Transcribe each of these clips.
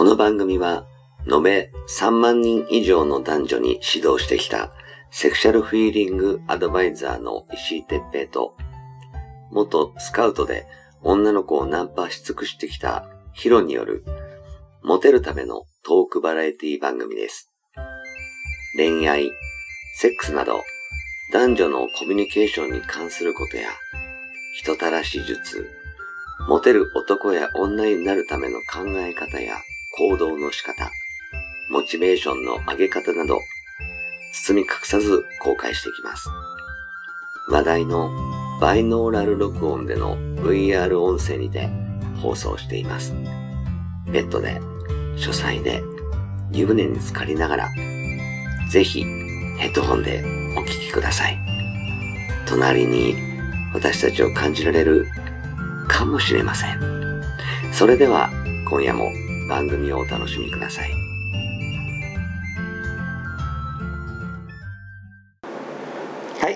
の番組は延べ3万人以上の男女に指導してきたセクシャルフィーリングアドバイザーの石井哲平と、元スカウトで女の子をナンパし尽くしてきたヒロによるモテるためのトークバラエティ番組です。恋愛、セックスなど男女のコミュニケーションに関することや人たらし術、モテる男や女になるための考え方や行動の仕方、モチベーションの上げ方など包み隠さず公開していきます。話題のバイノーラル録音での VR 音声にて放送しています。ベッドで、書斎で、湯船に浸かりながら、ぜひヘッドホンでお聞きください。隣に私たちを感じられるかもしれません。それでは今夜も番組をお楽しみください。はい、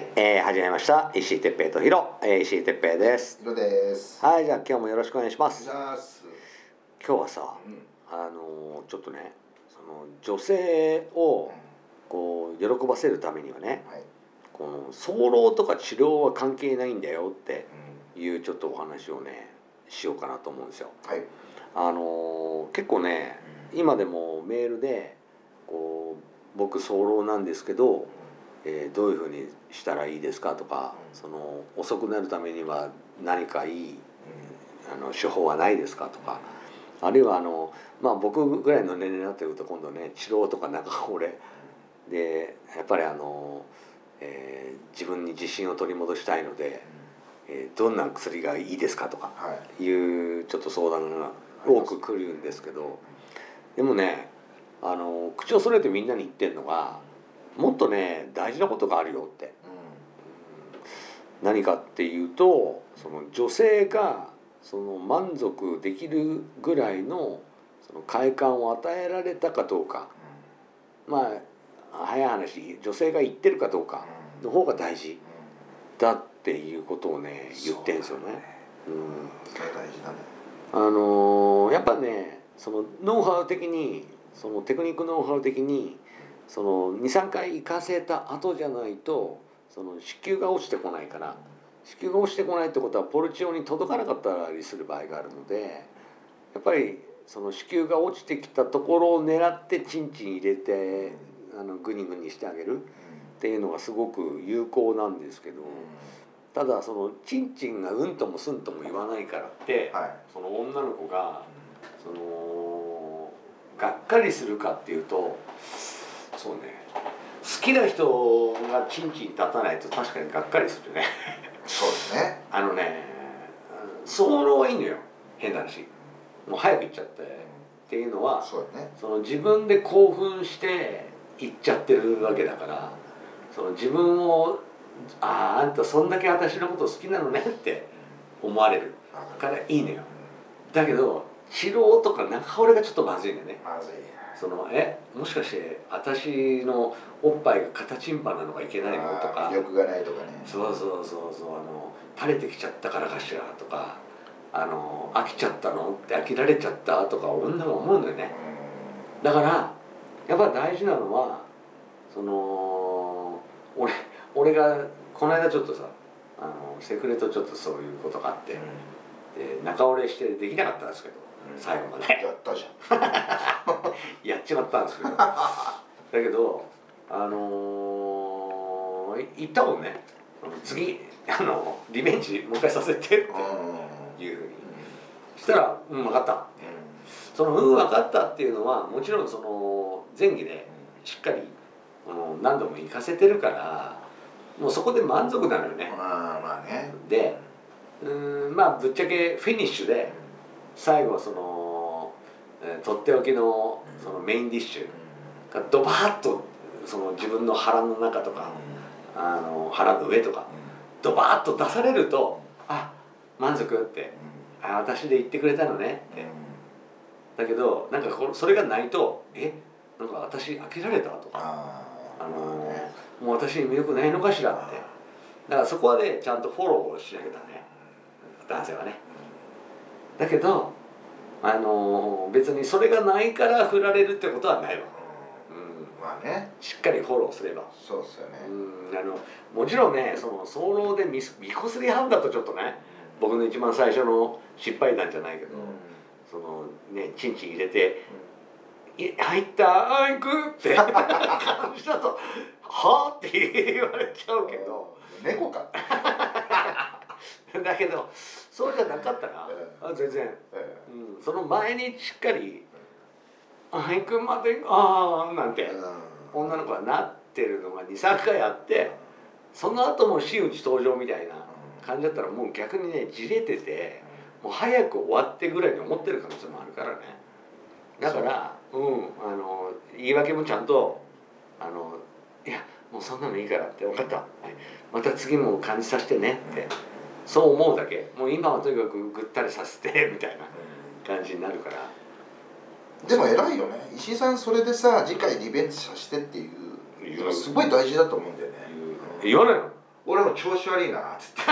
始めました。石井哲平とヒロ、石井哲平です。 ヒロです。 はい、じゃあ今日もよろしくお願いします。 お願いします。 今日はさ、ちょっとね、その女性をこう喜ばせるためにはね、 はい。 この早漏とか治療は関係ないんだよっていうちょっとお話をねしようかなと思うんですよ。 はい。 結構ね、今でもメールでこう僕早漏なんですけど、どういうふうにしたらいいですかとか、その遅くなるためには何かいい手法はないですかとか、あるいは僕ぐらいの年齢になってくると今度ね治療とか中折れでやっぱり自分に自信を取り戻したいので、どんな薬がいいですかとかいうちょっと相談が多く来るんですけど、でもね口を揃えてみんなに言ってるのが、もっとね大事なことがあるよって、何かっていうと、その女性がその満足できるぐらいのその快感を与えられたかどうか、まあ早い話女性が言ってるかどうかの方が大事だっていうことをね言ってんですよね。 それ大事だね。 やっぱねそのノウハウ的に、そのテクニックノウハウ的に、その 2,3 回行かせた後じゃないとその子宮が落ちてこないから、子宮が落ちてこないってことはポルチオに届かなかったりする場合があるので、やっぱりその子宮が落ちてきたところを狙ってチンチン入れてグニグニしてあげるっていうのがすごく有効なんですけど、ただそのチンチンがうんともすんとも言わないからって、その女の子がそのがっかりするかっていうと、そうね、好きな人がチンチン立たないと確かにがっかりするね。 そうですね。 早漏はいいのよ、変な話。もう早く行っちゃってっていうのは、 そうだね。 その自分で興奮して行っちゃってるわけだから、その自分をあんたそんだけ私のこと好きなのねって思われるからいいのよ。だけど治療とか中折れがちょっとまずいんだよね。 まずい。 そのもしかして私のおっぱいが片チンパンなのがいけないのとか、 魅力がないとかね。 そう垂れてきちゃったからかしらとか、飽きちゃったのって飽きられちゃったとか女が思うんだよね。だからやっぱ大事なのは、その俺がこの間ちょっとさセフレとちょっとそういうことがあって、で中折れしてできなかったんですけど、最後までやったじゃん。 やっちまったんですけどだけど言ったもんね、次リベンジもう一回させてっていうふうにしたら「分かった」その分かったっていうのはもちろんその前期でしっかり何度も行かせてるから、もうそこで満足なのよね。 まあね。 でぶっちゃけフィニッシュで最後そのとっておきのそのメインディッシュがドバーッとその自分の腹の中とか腹の上とかドバーッと出されると、あ、満足って、私で言ってくれたのねって。だけどなんかそれがないと、なんか私飽きられたとか、もう私に魅力ないのかしらって。だからそこはねちゃんとフォローをしなきゃだね、男性はね。だけど別にそれがないから振られるってことはないわ。 まあね、 しっかりフォローすれば。 そうですよね。 もちろんね、その早漏で見こすり犯だとちょっとね、僕の一番最初の失敗談じゃないけど、そのね、チンチン入れて「入ったあんく」って感じだと「はあ?」って言われちゃうけど、 猫かだけどそうじゃなかったら全然、その前にしっかり「あんくまでああ」なんて女の子がなってるのが23回あって、その後も真打ち登場みたいな感じだったらもう逆にねじれてて、もう早く終わってぐらいに思ってる可能性もあるからね。だから言い訳もちゃんといやもうそんなのいいからって分かった、はい、また次も感じさせてねってそう思うだけ、もう今はとにかくぐったりさせてみたいな感じになるから。 でも偉いよね石井さん、それでさ次回リベンジさせてっていうのすごい大事だと思うんだよね。 言わないの？ 俺も調子悪いなっつって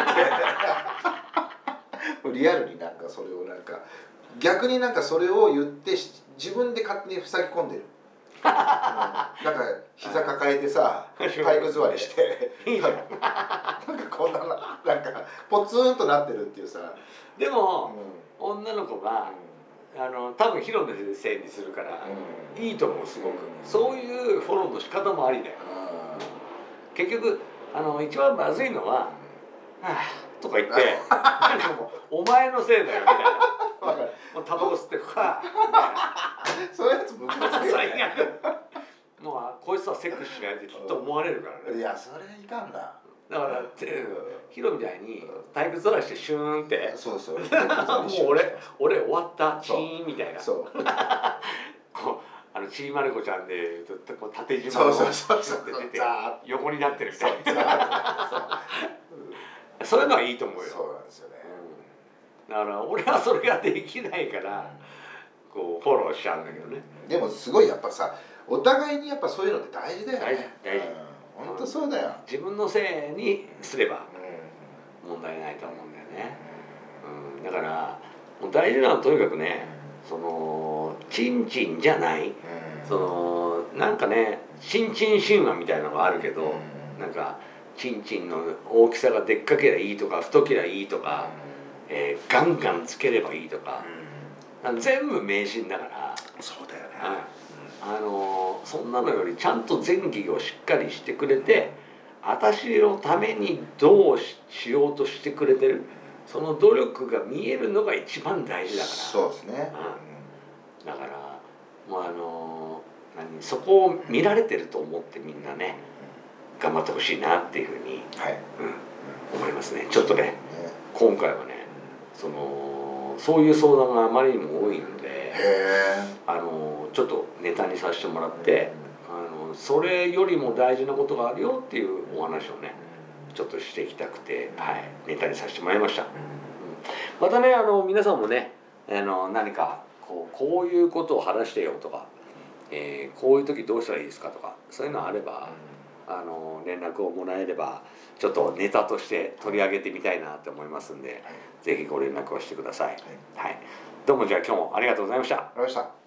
リアルになんかそれをなんか逆になんかそれを言って自分で勝手に塞ぎ込んでるなんか膝抱えてさ体育座りしていいじゃんなんかこんななんかポツンとなってるっていうさ。 でも、女の子が多分ヒロのせいにするから、いいと思うすごく、そういうフォローの仕方もありだよ。結局一番まずいのは「はあ」とか言ってなんかもう「お前のせいだよ」みたいなもうタバコ吸って「はあ」みたいなそういうやつムカつくよね。 最悪もうこいつはセックスしないってきっと思われるからね。 いやそれいかんな。 だからヒロみたいに体育座りしてシューンってそうそうもう俺終わったチーンみたいな、 そうこうちーまる子ちゃんでこう縦縞のそうそう出て横になってるみたいなそういうのはいいと思うよ。 そうなんですよね。 だから俺はそれができないからこうフォローしちゃうんだけどね。 でもすごいやっぱさお互いにやっぱそういうのって大事だよね。 大事本当そうだよ。 自分のせいにすれば問題ないと思うんだよね。だからもう大事なのはとにかくね、そのチンチンじゃない、そのなんかねチンチン神話みたいなのがあるけど、なんかチンチンの大きさがでっかけりゃいいとか太けりゃいいとか、ガンガンつければいいとか、全部迷信だから。 そうだよね。 そんなのよりちゃんと前期をしっかりしてくれて、私のためにどう しようとしてくれてる、その努力が見えるのが一番大事だから。 そうですね。 だからもうそこを見られてると思ってみんなね頑張ってほしいなっていうふうに、思いますね。ちょっとね今回はねそういう相談があまりにも多いのでちょっとネタにさせてもらって、それよりも大事なことがあるよっていうお話をねちょっとしていきたくて、ネタにさせてもらいました。またね皆さんもね何かこういうことを話してよとか、こういう時どうしたらいいですかとか、そういうのあれば連絡をもらえればちょっとネタとして取り上げてみたいなと思いますんで、ぜひご連絡をしてください。どうもじゃあ今日もありがとうございました。 ありがとうございました。